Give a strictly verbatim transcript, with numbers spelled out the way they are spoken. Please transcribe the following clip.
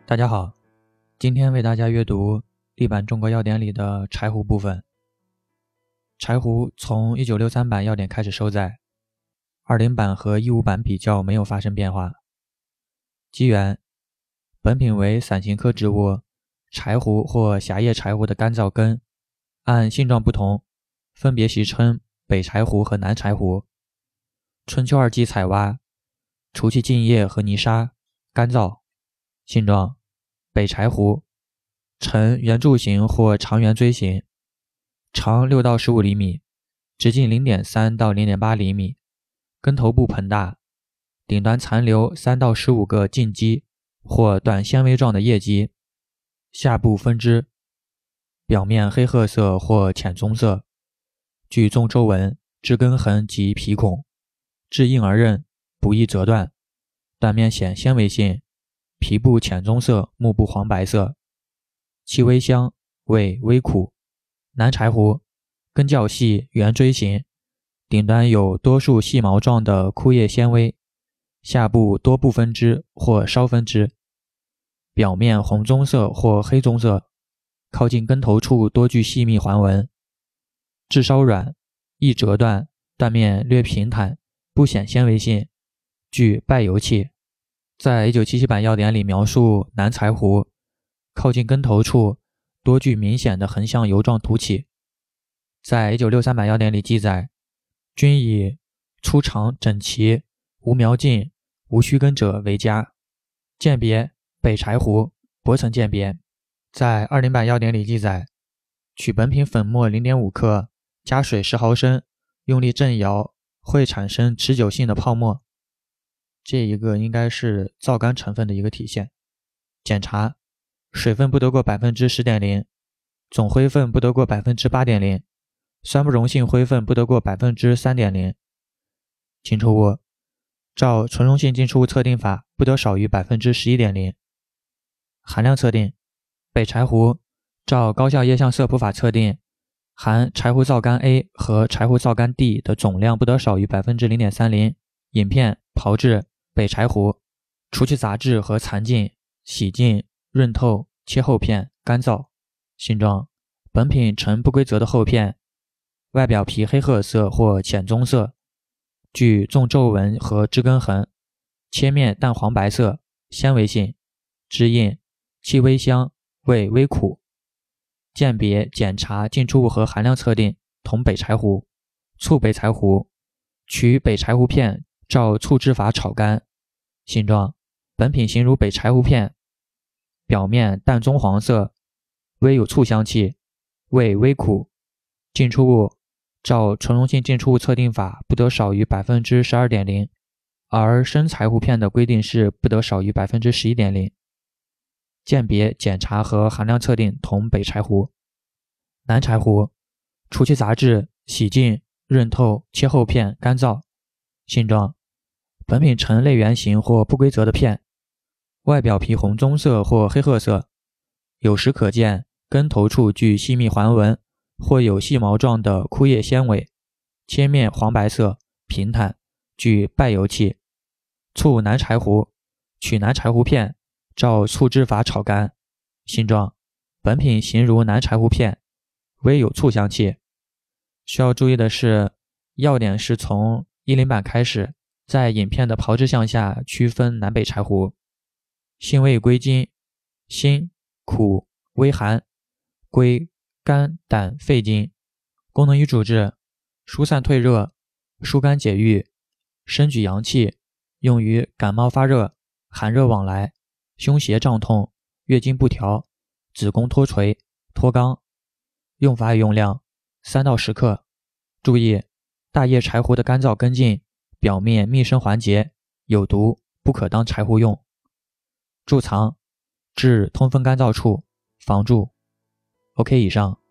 大家好，今天为大家阅读地板中国药典里的柴胡部分。柴胡从一九六三版药典开始收载，二零版和一五版比较没有发生变化。机缘：本品为伞形科植物柴胡或狭叶柴胡的干燥根，按性状不同，分别习称北柴胡和南柴胡。春秋二季采挖，除去茎叶和泥沙，干燥。性状：北柴胡，呈圆柱形或长圆锥形，长六到十五厘米，直径 零点三到零点八厘米，根头部膨大，顶端残留三到十五个茎基或短纤维状的叶基，下部分枝，表面黑褐色或浅棕色，具纵皱纹、枝根痕及皮孔，质硬而韧，不易折断，断面显纤维性，皮部浅棕色，幕部黄白色，气微香，味微苦。南柴胡，根较细，圆锥形，顶端有多数细毛状的枯叶纤维，下部多部分枝或稍分枝，表面红棕色或黑棕色，靠近根头处多具细密环纹，质稍软，易折断，断面略平坦，不显纤维性，具败油气。在一九七七版药典里描述南柴胡靠近根头处多具明显的横向油状凸起。在一九六三版药典里记载，均以粗长整齐、无苗茎、无须根者为佳。鉴别：北柴胡，薄层鉴别。在二零版药典里记载，取本品粉末 零点五克，加水十毫升，用力震摇，会产生持久性的泡沫。这一个应该是皂苷成分的一个体现。检查：水分不得过 百分之十点零， 总灰分不得过 百分之八点零， 酸不溶性灰分不得过 百分之三点零。进出物：照纯溶性进出物测定法不得少于 百分之十一点零。 含量测定：北柴胡照高效液相色谱法测定，含柴胡皂苷 A 和柴胡皂苷 D 的总量不得少于 百分之零点三零。 饮片炮制北柴胡，除去杂质和残茎，洗净，润透，切厚片，干燥。性状：本品呈不规则的厚片，外表皮黑褐色或浅棕色，具纵皱纹和枝根痕，切面淡黄白色，纤维性，汁硬，气微香，味微苦。鉴别检查进出物和含量测定同北柴胡。醋北柴胡，取北柴胡片，照醋制法炒干。性状：本品形如北柴胡片，表面淡棕黄色，微有醋香气，味微苦。进出物照纯溶性进出物测定法不得少于 百分之十二点零， 而生柴胡片的规定是不得少于 百分之十一点零。 鉴别检查和含量测定同北柴胡。南柴胡，除去杂质，洗净，润透，切厚片，干燥。性状：本品呈类圆形或不规则的片，外表皮红棕色或黑褐色，有时可见根头处具细密环纹或有细毛状的枯叶纤维，切面黄白色，平坦，具败油气。醋南柴胡，取南柴胡片，照醋制法炒干。性状：本品形如南柴胡片，微有醋香气。需要注意的是，药典是从一零版开始，在饮片的炮制项下区分南北柴胡。性味归经：辛、苦、微寒，归肝、胆、肺经。功能与主治：疏散退热，疏肝解郁，升举阳气，用于感冒发热、寒热往来、胸胁胀痛、月经不调、子宫脱垂、脱肛。用法与用量：三到十克。注意，大叶柴胡的干燥根茎表面密生环节，有毒，不可当柴胡用。贮藏：至通风干燥处，防蛀。OK， 以上。